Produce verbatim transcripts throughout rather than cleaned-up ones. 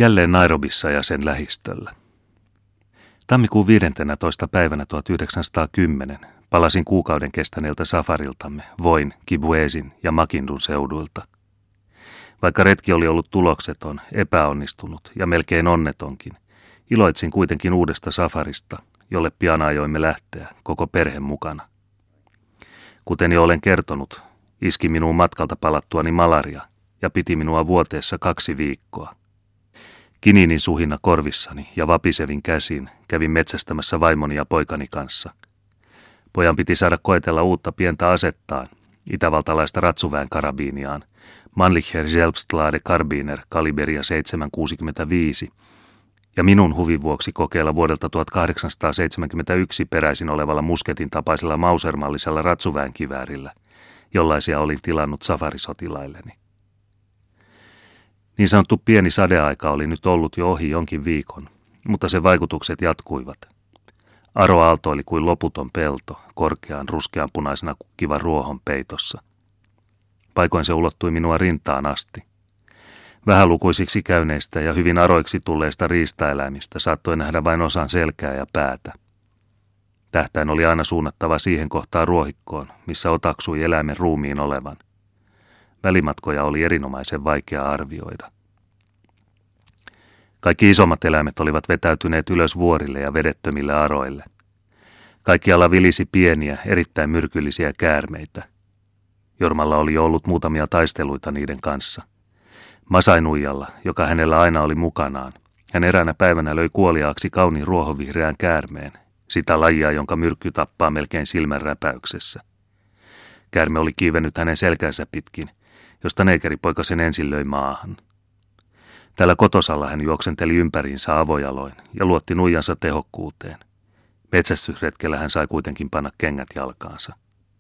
Jälleen Nairobissa ja sen lähistöllä. Tammikuun viidentenätoista päivänä tuhatyhdeksänsataakymmenen palasin kuukauden kestäneeltä safariltamme Voin, Kibwezin ja Makindun seuduilta. Vaikka retki oli ollut tulokseton, epäonnistunut ja melkein onnetonkin, iloitsin kuitenkin uudesta safarista, jolle pian ajoimme lähteä, koko perhe mukana. Kuten jo olen kertonut, iski minuun matkalta palattuani malaria ja piti minua vuoteessa kaksi viikkoa. Kininin suhina korvissani ja vapisevin käsin kävin metsästämässä vaimoni ja poikani kanssa. Pojan piti saada koetella uutta pientä asettaan, itävaltalaista ratsuväen karabiiniaan, Mannlicher Selbstlade Karbiner kaliberia seitsemän kuusikymmentäviisi, ja minun huvin vuoksi kokeilla vuodelta tuhatkahdeksansataaseitsemänkymmentäyksi peräisin olevalla musketin tapaisella mausermallisella ratsuväen kiväärillä, jollaisia olin tilannut safarisotilailleni. Niin sanottu pieni sadeaika oli nyt ollut jo ohi jonkin viikon, mutta sen vaikutukset jatkuivat. Aro aaltoili kuin loputon pelto, korkean ruskeanpunaisena kukkivan ruohon peitossa. Paikoin se ulottui minua rintaan asti. Vähälukuisiksi käyneistä ja hyvin aroiksi tulleista riistaeläimistä saattoi nähdä vain osan selkää ja päätä. Tähtäin oli aina suunnattava siihen kohtaan ruohikkoon, missä otaksui eläimen ruumiin olevan. Välimatkoja oli erinomaisen vaikea arvioida. Kaikki isommat eläimet olivat vetäytyneet ylös vuorille ja vedettömille aroille. Kaikkialla vilisi pieniä, erittäin myrkyllisiä käärmeitä. Jormalla oli jo ollut muutamia taisteluita niiden kanssa. Masai Nuijalla, joka hänellä aina oli mukanaan, hän eräänä päivänä löi kuoliaaksi kauniin ruohonvihreän käärmeen, sitä lajia, jonka myrkky tappaa melkein silmän räpäyksessä. Käärme oli kiivennyt hänen selkänsä pitkin, josta neekeripoika sen ensin löi maahan. Tällä kotosalla hän juoksenteli ympäriinsä avojaloin ja luotti nuijansa tehokkuuteen. Metsästysretkellä hän sai kuitenkin panna kengät jalkaansa.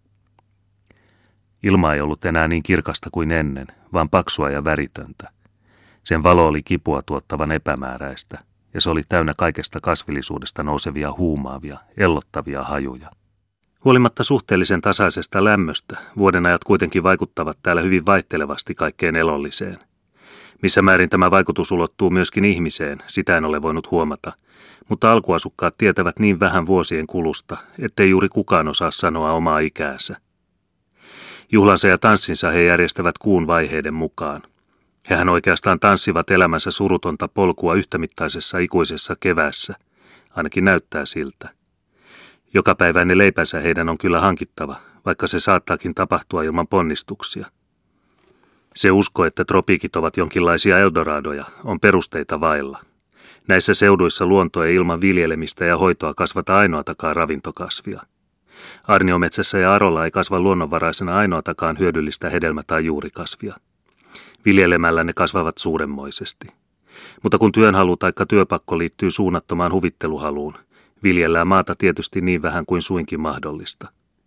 Ilma ei ollut enää niin kirkasta kuin ennen, vaan paksua ja väritöntä. Sen valo oli kipua tuottavan epämääräistä, ja se oli täynnä kaikesta kasvillisuudesta nousevia huumaavia, ellottavia hajuja. Huolimatta suhteellisen tasaisesta lämmöstä, vuodenajat kuitenkin vaikuttavat täällä hyvin vaihtelevasti kaikkeen elolliseen. Missä määrin tämä vaikutus ulottuu myöskin ihmiseen, sitä en ole voinut huomata, mutta alkuasukkaat tietävät niin vähän vuosien kulusta, ettei juuri kukaan osaa sanoa omaa ikäänsä. Juhlansa ja tanssinsa he järjestävät kuun vaiheiden mukaan. Hehän oikeastaan tanssivat elämänsä surutonta polkua yhtämittaisessa ikuisessa keväässä, ainakin näyttää siltä. Jokapäiväinen leipänsä heidän on kyllä hankittava, vaikka se saattaakin tapahtua ilman ponnistuksia. Se usko, että tropiikit ovat jonkinlaisia eldoradoja, on perusteita vailla. Näissä seuduissa luonto ei ilman viljelemistä ja hoitoa kasvata ainoatakaan ravintokasvia. Arniometsässä ja Arolla ei kasva luonnonvaraisena ainoatakaan hyödyllistä hedelmä- tai juurikasvia. Viljelemällä ne kasvavat suuremmoisesti. Mutta kun työnhalu tai työpakko liittyy suunnattomaan huvitteluhaluun, viljellään maata tietysti niin vähän kuin suinkin mahdollista.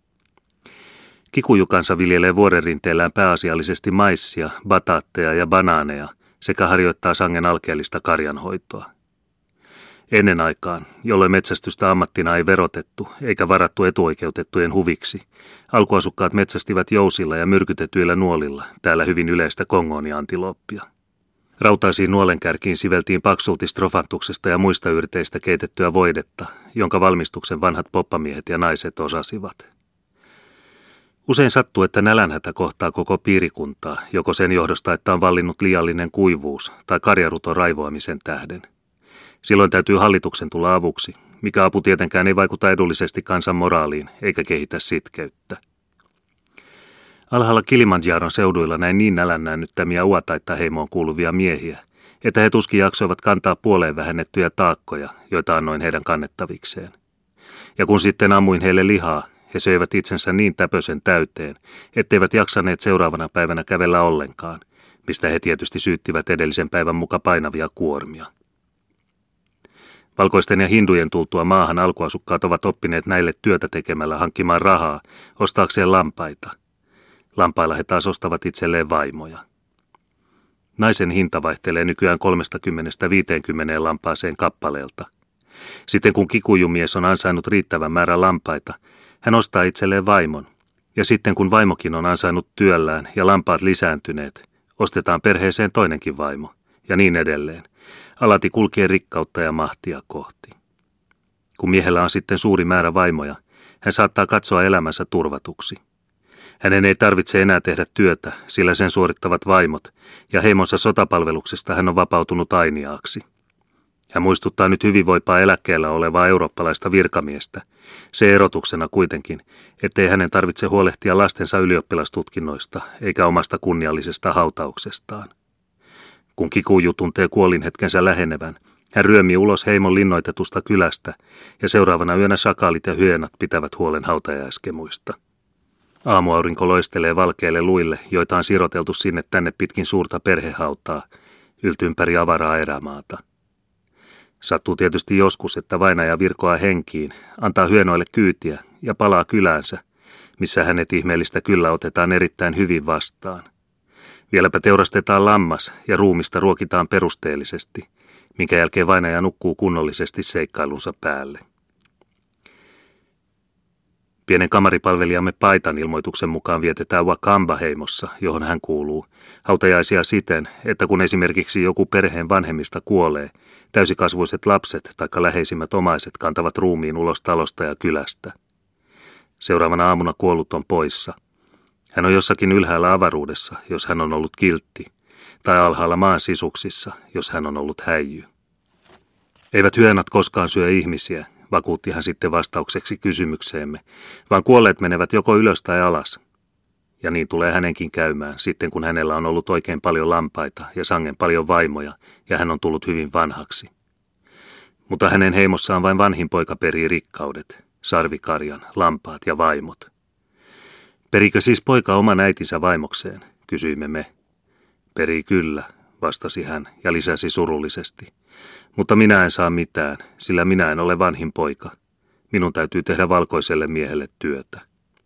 Kikujukansa viljelee vuorenrinteellään pääasiallisesti maissia, bataatteja ja banaaneja sekä harjoittaa sangen alkeellista karjanhoitoa. Ennen aikaan, jolloin metsästystä ammattina ei verotettu eikä varattu etuoikeutettujen huviksi, alkuasukkaat metsästivät jousilla ja myrkytetyillä nuolilla, täällä hyvin yleistä kongoniantilooppia. Rautaisiin nuolenkärkiin siveltiin paksulti strofantuksesta ja muista yrteistä keitettyä voidetta, jonka valmistuksen vanhat poppamiehet ja naiset osasivat. Usein sattuu, että nälänhätä kohtaa koko piirikuntaa, joko sen johdosta, että on vallinnut liiallinen kuivuus tai karjaruton raivoamisen tähden. Silloin täytyy hallituksen tulla avuksi, mikä apu tietenkään ei vaikuta edullisesti kansan moraaliin eikä kehitä sitkeyttä. Alhaalla Kilimanjaron seuduilla näin niin nälännäännyttämiä Uataitta-heimoon kuuluvia miehiä, että he tuskin jaksoivat kantaa puoleen vähennettyjä taakkoja, joita annoin heidän kannettavikseen. Ja kun sitten ammuin heille lihaa, he söivät itsensä niin täpösen täyteen, etteivät jaksaneet seuraavana päivänä kävellä ollenkaan, mistä he tietysti syyttivät edellisen päivän muka painavia kuormia. Valkoisten ja hindujen tultua maahan alkuasukkaat ovat oppineet näille työtä tekemällä hankkimaan rahaa, ostaakseen lampaita. Lampailla he taas ostavat itselleen vaimoja. Naisen hinta vaihtelee nykyään kolmekymmentä viisikymmentä lampaaseen kappaleelta. Sitten kun kikujumies on ansainnut riittävän määrän lampaita, hän ostaa itselleen vaimon. Ja sitten kun vaimokin on ansainnut työllään ja lampaat lisääntyneet, ostetaan perheeseen toinenkin vaimo, ja niin edelleen, alati kulkee rikkautta ja mahtia kohti. Kun miehellä on sitten suuri määrä vaimoja, hän saattaa katsoa elämänsä turvatuksi. Hänen ei tarvitse enää tehdä työtä, sillä sen suorittavat vaimot, ja heimonsa sotapalveluksesta hän on vapautunut ainiaaksi. Hän muistuttaa nyt hyvinvoipaa eläkkeellä olevaa eurooppalaista virkamiestä, se erotuksena kuitenkin, ettei hänen tarvitse huolehtia lastensa ylioppilastutkinnoista eikä omasta kunniallisesta hautauksestaan. Kun Kikuju tuntee kuolinhetkensä lähenevän, hän ryömii ulos heimon linnoitetusta kylästä ja seuraavana yönä sakaalit ja hyenat pitävät huolen hautajaiskemuista. Aamuaurinko loistelee valkeille luille, joita on siroteltu sinne tänne pitkin suurta perhehautaa, yltympäri avaraa erämaata. Sattuu tietysti joskus, että vainaja virkoaa henkiin, antaa hyenoille kyytiä ja palaa kyläänsä, missä hänet ihmeellistä kyllä otetaan erittäin hyvin vastaan. Vieläpä teurastetaan lammas ja ruumista ruokitaan perusteellisesti, minkä jälkeen vainaja nukkuu kunnollisesti seikkailunsa päälle. Pienen kamaripalvelijamme Paitan ilmoituksen mukaan vietetään Wakamba-heimossa, johon hän kuuluu, hautajaisia siten, että kun esimerkiksi joku perheen vanhemmista kuolee, täysikasvuiset lapset tai läheisimmät omaiset kantavat ruumiin ulos talosta ja kylästä. Seuraavana aamuna kuollut on poissa. Hän on jossakin ylhäällä avaruudessa, jos hän on ollut kiltti, tai alhaalla maan sisuksissa, jos hän on ollut häijy. Eivät hyenat koskaan syö ihmisiä, vakuutti hän sitten vastaukseksi kysymykseemme, vaan kuolleet menevät joko ylös tai alas. Ja niin tulee hänenkin käymään, sitten kun hänellä on ollut oikein paljon lampaita ja sangen paljon vaimoja, ja hän on tullut hyvin vanhaksi. Mutta hänen heimossaan vain vanhin poika perii rikkaudet, sarvikarjan, lampaat ja vaimot. Perikö siis poika oman äitinsä vaimokseen, kysyimme me. Perii kyllä, vastasi hän ja lisäsi surullisesti. Mutta minä en saa mitään, sillä minä en ole vanhin poika. Minun täytyy tehdä valkoiselle miehelle työtä.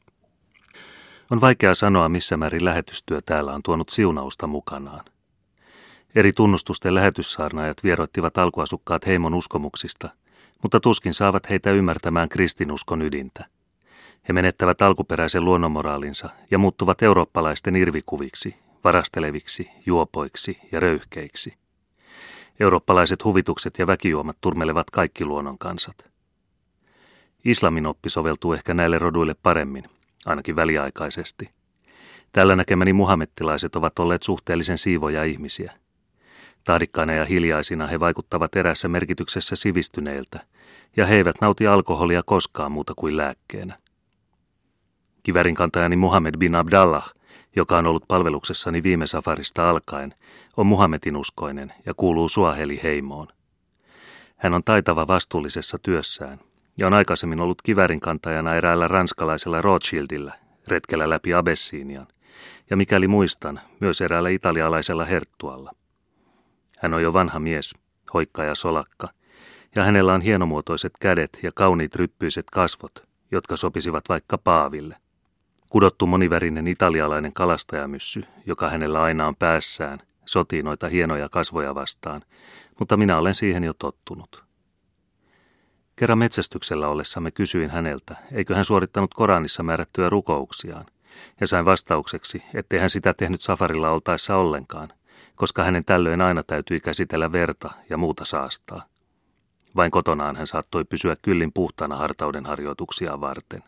On vaikea sanoa, missä määrin lähetystyö täällä on tuonut siunausta mukanaan. Eri tunnustusten lähetyssaarnaajat vieroittivat alkuasukkaat heimon uskomuksista, mutta tuskin saavat heitä ymmärtämään kristinuskon ydintä. He menettävät alkuperäisen luonnonmoraalinsa ja muuttuvat eurooppalaisten irvikuviksi, varasteleviksi, juopoiksi ja röyhkeiksi. Eurooppalaiset huvitukset ja väkijuomat turmelevat kaikki luonnon kansat. Islamin oppi soveltuu ehkä näille roduille paremmin, ainakin väliaikaisesti. Tällä näkemäni muhammettilaiset ovat olleet suhteellisen siivoja ihmisiä. Tahdikkaina ja hiljaisina he vaikuttavat erässä merkityksessä sivistyneiltä, ja he eivät nauti alkoholia koskaan muuta kuin lääkkeenä. Kivärinkantajani Muhammed bin Abdallah, joka on ollut palveluksessani viime safarista alkaen, on Muhammedin uskoinen ja kuuluu Suaheli-heimoon. Hän on taitava vastuullisessa työssään ja on aikaisemmin ollut kivärinkantajana eräällä ranskalaisella Rothschildillä retkellä läpi Abessiinian ja mikäli muistan, myös eräällä italialaisella herttualla. Hän on jo vanha mies, hoikka ja solakka, ja hänellä on hienomuotoiset kädet ja kauniit ryppyiset kasvot, jotka sopisivat vaikka paaville. Kudottu monivärinen italialainen kalastajamyssy, joka hänellä aina on päässään, sotii noita hienoja kasvoja vastaan, mutta minä olen siihen jo tottunut. Kerran metsästyksellä ollessamme kysyin häneltä, eikö hän suorittanut Koranissa määrättyä rukouksiaan, ja sain vastaukseksi, ettei hän sitä tehnyt safarilla oltaessa ollenkaan, koska hänen tällöin aina täytyi käsitellä verta ja muuta saastaa. Vain kotonaan hän saattoi pysyä kyllin puhtaana hartauden harjoituksia varten.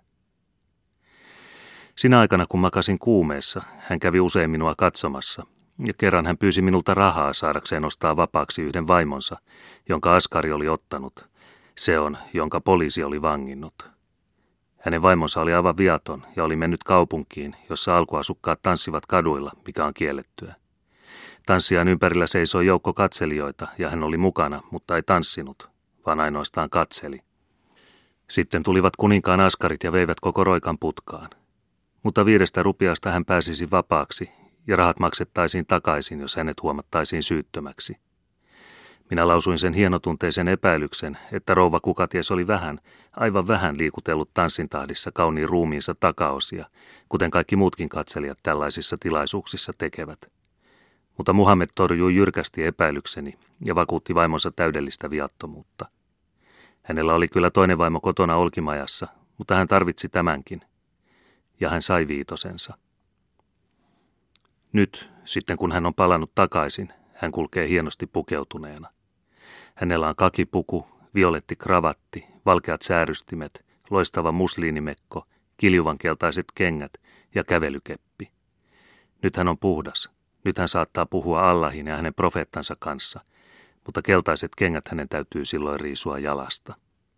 Sinä aikana, kun makasin kuumeessa, hän kävi usein minua katsomassa, ja kerran hän pyysi minulta rahaa saadakseen ostaa vapaaksi yhden vaimonsa, jonka askari oli ottanut. Se on, jonka poliisi oli vanginnut. Hänen vaimonsa oli aivan viaton ja oli mennyt kaupunkiin, jossa alkuasukkaat tanssivat kaduilla, mikä on kiellettyä. Tanssijan ympärillä seisoi joukko katselijoita ja hän oli mukana, mutta ei tanssinut, vaan ainoastaan katseli. Sitten tulivat kuninkaan askarit ja veivät koko roikan putkaan. Mutta viidestä rupiasta hän pääsisi vapaaksi ja rahat maksettaisiin takaisin, jos hänet huomattaisiin syyttömäksi. Minä lausuin sen hienotunteisen epäilyksen, että rouva kukaties oli vähän, aivan vähän liikutellut tanssintahdissa kauniin ruumiinsa takaosia, kuten kaikki muutkin katselijat tällaisissa tilaisuuksissa tekevät. Mutta Muhammed torjui jyrkästi epäilykseni ja vakuutti vaimonsa täydellistä viattomuutta. Hänellä oli kyllä toinen vaimo kotona olkimajassa, mutta hän tarvitsi tämänkin. Ja hän sai viitosensa. Nyt, sitten kun hän on palannut takaisin, hän kulkee hienosti pukeutuneena. Hänellä on kakipuku, violetti kravatti, valkeat säärystimet, loistava musliinimekko, kiljuvan keltaiset kengät ja kävelykeppi. Nyt hän on puhdas. Nyt hän saattaa puhua Allahin ja hänen profeettansa kanssa, mutta keltaiset kengät hänen täytyy silloin riisua jalasta.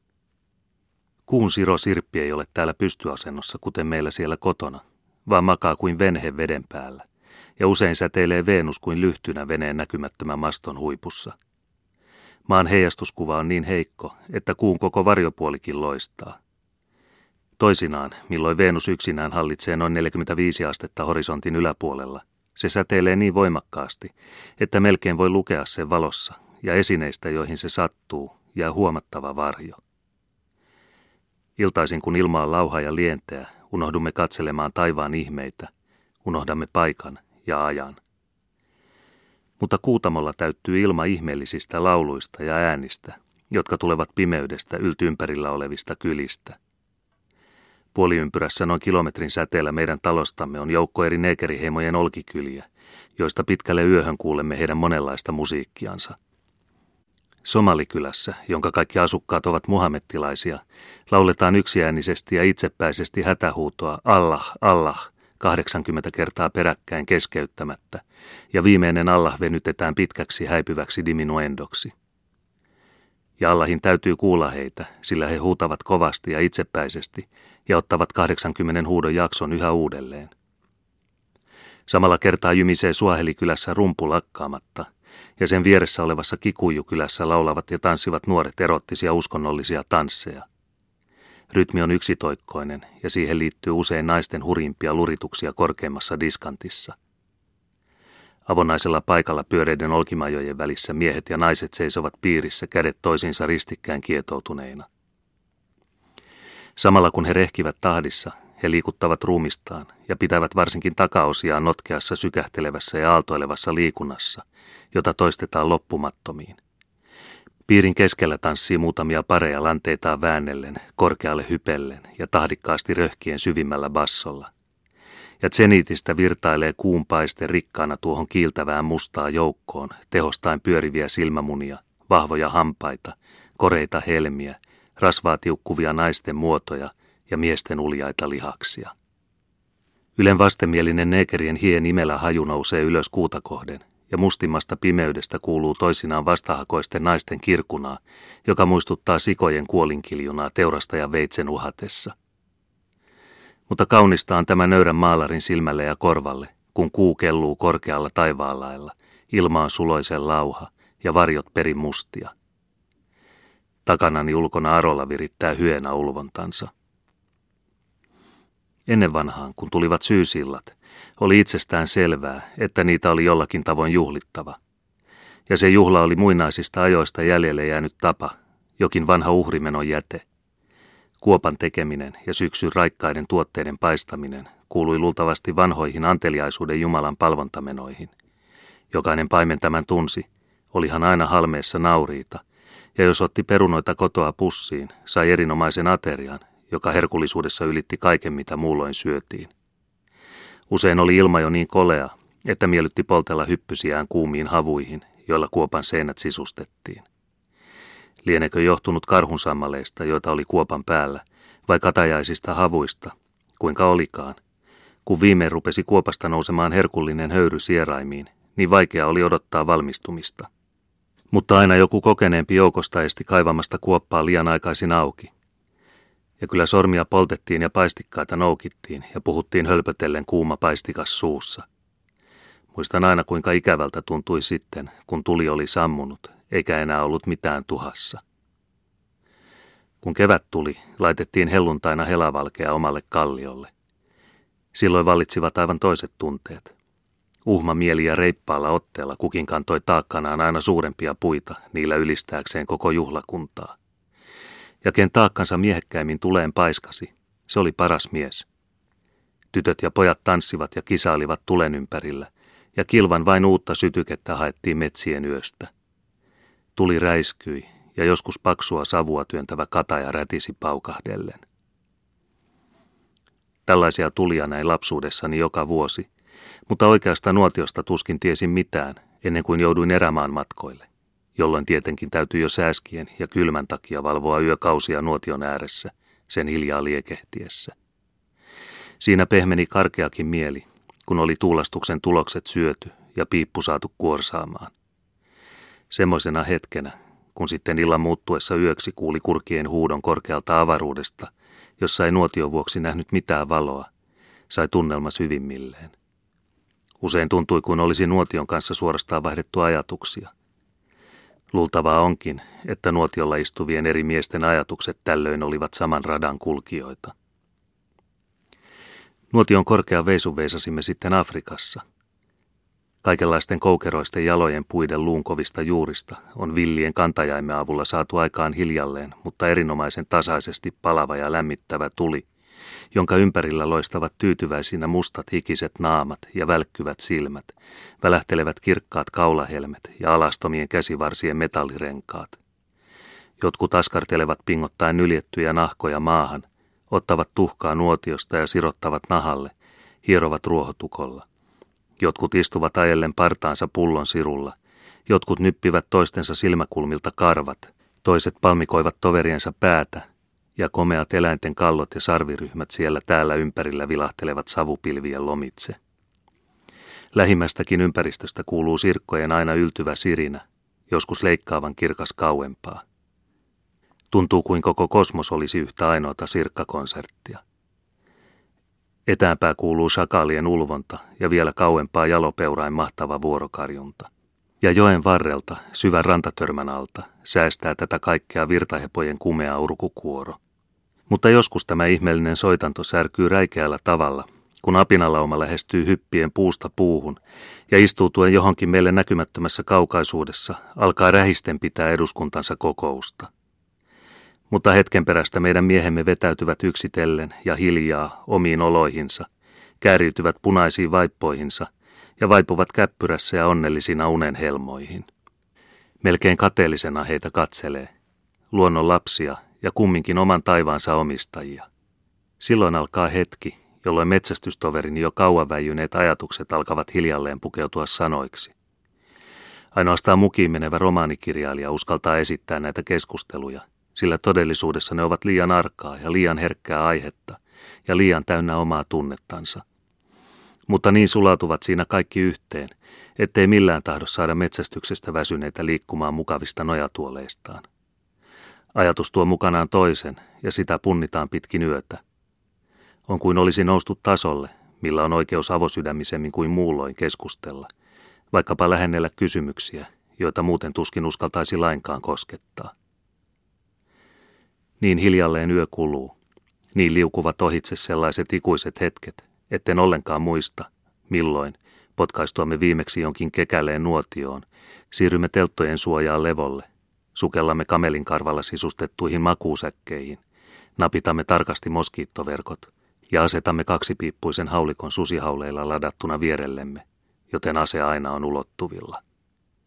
Kuun siro sirppi ei ole täällä pystyasennossa, kuten meillä siellä kotona, vaan makaa kuin venhe veden päällä, ja usein säteilee Venus kuin lyhtynä veneen näkymättömän maston huipussa. Maan heijastuskuva on niin heikko, että kuun koko varjopuolikin loistaa. Toisinaan, milloin Venus yksinään hallitsee noin neljäkymmentäviisi astetta horisontin yläpuolella, se säteilee niin voimakkaasti, että melkein voi lukea sen valossa, ja esineistä, joihin se sattuu, jää huomattava varjo. Iltaisin, kun ilma on lauha ja lienteä, unohdumme katselemaan taivaan ihmeitä, unohdamme paikan ja ajan. Mutta Kuutamolla täyttyy ilma ihmeellisistä lauluista ja äänistä, jotka tulevat pimeydestä yltyympärillä olevista kylistä. Puoliympyrässä noin kilometrin säteellä meidän talostamme on joukko eri neekeriheimojen olkikyliä, joista pitkälle yöhön kuulemme heidän monenlaista musiikkiansa. Somalikylässä, jonka kaikki asukkaat ovat muhammettilaisia, lauletaan yksiäänisesti ja itsepäisesti hätähuutoa Allah, Allah, kahdeksankymmentä kertaa peräkkäin keskeyttämättä, ja viimeinen Allah venytetään pitkäksi häipyväksi diminuendoksi. Ja Allahin täytyy kuulla heitä, sillä he huutavat kovasti ja itsepäisesti ja ottavat kahdeksankymmenen huudon jakson yhä uudelleen. Samalla kertaa jymisee Suahelikylässä rumpu lakkaamatta, ja sen vieressä olevassa Kikuyu-kylässä laulavat ja tanssivat nuoret erottisia uskonnollisia tansseja. Rytmi on yksitoikkoinen, ja siihen liittyy usein naisten hurimpia lurituksia korkeimmassa diskantissa. Avonaisella paikalla pyöreiden olkimajojen välissä miehet ja naiset seisovat piirissä kädet toisiinsa ristikkäin kietoutuneina. Samalla kun he rehkivät tahdissa, he liikuttavat ruumistaan ja pitävät varsinkin takaosiaan notkeassa sykähtelevässä ja aaltoilevassa liikunnassa, jota toistetaan loppumattomiin. Piirin keskellä tanssii muutamia pareja lanteitaan väännellen, korkealle hypellen ja tahdikkaasti röhkien syvimmällä bassolla. Ja tseniitistä virtailee kuun paiste rikkaana tuohon kiiltävään mustaa joukkoon, tehostain pyöriviä silmämunia, vahvoja hampaita, koreita helmiä, rasvaa tiukkuvia naisten muotoja ja miesten uljaita lihaksia. Ylen vastenmielinen neekerien hien imelä haju nousee ylös kuuta kohden, ja mustimmasta pimeydestä kuuluu toisinaan vastahakoisten naisten kirkunaa, joka muistuttaa sikojen kuolinkiljunaa teurastajan veitsen uhatessa. Mutta kaunista on tämä nöyrän maalarin silmälle ja korvalle, kun kuu kelluu korkealla taivaanlailla, ilma on suloisen lauha ja varjot perin mustia. Takanani ulkona Arolla virittää hyena ulvontansa. Ennen vanhaan, kun tulivat syysillat, oli itsestään selvää, että niitä oli jollakin tavoin juhlittava. Ja se juhla oli muinaisista ajoista jäljelle jäänyt tapa, jokin vanha uhrimenon jäte. Kuopan tekeminen ja syksyn raikkaiden tuotteiden paistaminen kuului luultavasti vanhoihin anteliaisuuden Jumalan palvontamenoihin. Jokainen paimen tämän tunsi, olihan aina halmeessa nauriita, ja jos otti perunoita kotoa pussiin, sai erinomaisen aterian, joka herkullisuudessa ylitti kaiken, mitä muulloin syötiin. Usein oli ilma jo niin kolea, että miellytti poltella hyppysiään kuumiin havuihin, joilla kuopan seinät sisustettiin. Lienekö johtunut karhunsammaleista, joita oli kuopan päällä, vai katajaisista havuista, kuinka olikaan. Kun viimein rupesi kuopasta nousemaan herkullinen höyry sieraimiin, niin vaikea oli odottaa valmistumista. Mutta aina joku kokeneempi joukosta esti kaivamasta kuoppaa liian aikaisin auki. Ja kyllä sormia poltettiin ja paistikkaita noukittiin ja puhuttiin hölpötellen kuuma paistikas suussa. Muistan aina, kuinka ikävältä tuntui sitten, kun tuli oli sammunut, eikä enää ollut mitään tuhassa. Kun kevät tuli, laitettiin helluntaina helavalkea omalle kalliolle. Silloin vallitsivat aivan toiset tunteet. Uhma mieli ja reippaalla otteella kukin kantoi taakkanaan aina suurempia puita, niillä ylistääkseen koko juhlakuntaa. Ja ken taakkansa miehekkäimmin tuleen paiskasi, se oli paras mies. Tytöt ja pojat tanssivat ja kisailivat tulen ympärillä, ja kilvan vain uutta sytykettä haettiin metsien yöstä. Tuli räiskyi, ja joskus paksua savua työntävä kataja rätisi paukahdellen. Tällaisia tulia näin lapsuudessani joka vuosi, mutta oikeasta nuotiosta tuskin tiesin mitään, ennen kuin jouduin erämaan matkoille, jolloin tietenkin täytyi jo sääskien ja kylmän takia valvoa yökausia nuotion ääressä, sen hiljaa liekehtiessä. Siinä pehmeni karkeakin mieli, kun oli tuulastuksen tulokset syöty ja piippu saatu kuorsaamaan. Semmoisena hetkenä, kun sitten illan muuttuessa yöksi kuuli kurkien huudon korkealta avaruudesta, jossa ei nuotion vuoksi nähnyt mitään valoa, sai tunnelma syvimmilleen. Usein tuntui, kuin olisi nuotion kanssa suorastaan vaihdettu ajatuksia. Luultavaa onkin, että nuotiolla istuvien eri miesten ajatukset tällöin olivat saman radan kulkijoita. Nuotion korkean veisun veisasimme sitten Afrikassa. Kaikenlaisten koukeroisten jalojen puiden luunkovista juurista on villien kantajaimme avulla saatu aikaan hiljalleen, mutta erinomaisen tasaisesti palava ja lämmittävä tuli, jonka ympärillä loistavat tyytyväisinä mustat hikiset naamat ja välkkyvät silmät, välähtelevät kirkkaat kaulahelmet ja alastomien käsivarsien metallirenkaat. Jotkut askartelevat pingottaen nyljettyjä nahkoja maahan, ottavat tuhkaa nuotiosta ja sirottavat nahalle, hierovat ruohotukolla. Jotkut istuvat ajellen partaansa pullon sirulla, jotkut nyppivät toistensa silmäkulmilta karvat, toiset palmikoivat toveriensa päätä, ja komeat eläinten kallot ja sarviryhmät siellä täällä ympärillä vilahtelevat savupilvien lomitse. Lähimmästäkin ympäristöstä kuuluu sirkkojen aina yltyvä sirinä, joskus leikkaavan kirkas kauempaa. Tuntuu kuin koko kosmos olisi yhtä ainoata sirkkakonserttia. Etäämpää kuuluu sakaalien ulvonta ja vielä kauempaa jalopeurain mahtava vuorokarjunta. Ja joen varrelta, syvän rantatörmän alta, säästää tätä kaikkea virtahepojen kumea urkukuoro. Mutta joskus tämä ihmeellinen soitanto särkyy räikeällä tavalla, kun apinalauma lähestyy hyppien puusta puuhun ja istuutuen johonkin meille näkymättömässä kaukaisuudessa alkaa rähisten pitää eduskuntansa kokousta. Mutta hetken perästä meidän miehemme vetäytyvät yksitellen ja hiljaa omiin oloihinsa, kääriytyvät punaisiin vaippoihinsa ja vaipuvat käppyrässä ja onnellisina unenhelmoihin. Melkein kateellisena heitä katselee, luonnon lapsia ja kumminkin oman taivaansa omistajia. Silloin alkaa hetki, jolloin metsästystoverini jo kauan väijyneet ajatukset alkavat hiljalleen pukeutua sanoiksi. Ainoastaan mukiin menevä romaanikirjailija uskaltaa esittää näitä keskusteluja, sillä todellisuudessa ne ovat liian arkaa ja liian herkkää aihetta ja liian täynnä omaa tunnettansa. Mutta niin sulautuvat siinä kaikki yhteen, ettei millään tahdo saada metsästyksestä väsyneitä liikkumaan mukavista nojatuoleistaan. Ajatus tuo mukanaan toisen ja sitä punnitaan pitkin yötä. On kuin olisi noustu tasolle, millä on oikeus avosydämisemmin kuin muulloin keskustella, vaikkapa lähennellä kysymyksiä, joita muuten tuskin uskaltaisi lainkaan koskettaa. Niin hiljalleen yö kuluu, niin liukuvat ohitse sellaiset ikuiset hetket, etten ollenkaan muista, milloin, potkaistuamme viimeksi jonkin kekäleen nuotioon, siirrymme telttojen suojaan levolle, sukellamme kamelin karvalla sisustettuihin makuusäkkeihin, napitamme tarkasti moskiittoverkot ja asetamme kaksipiippuisen haulikon susihauleilla ladattuna vierellemme, joten ase aina on ulottuvilla.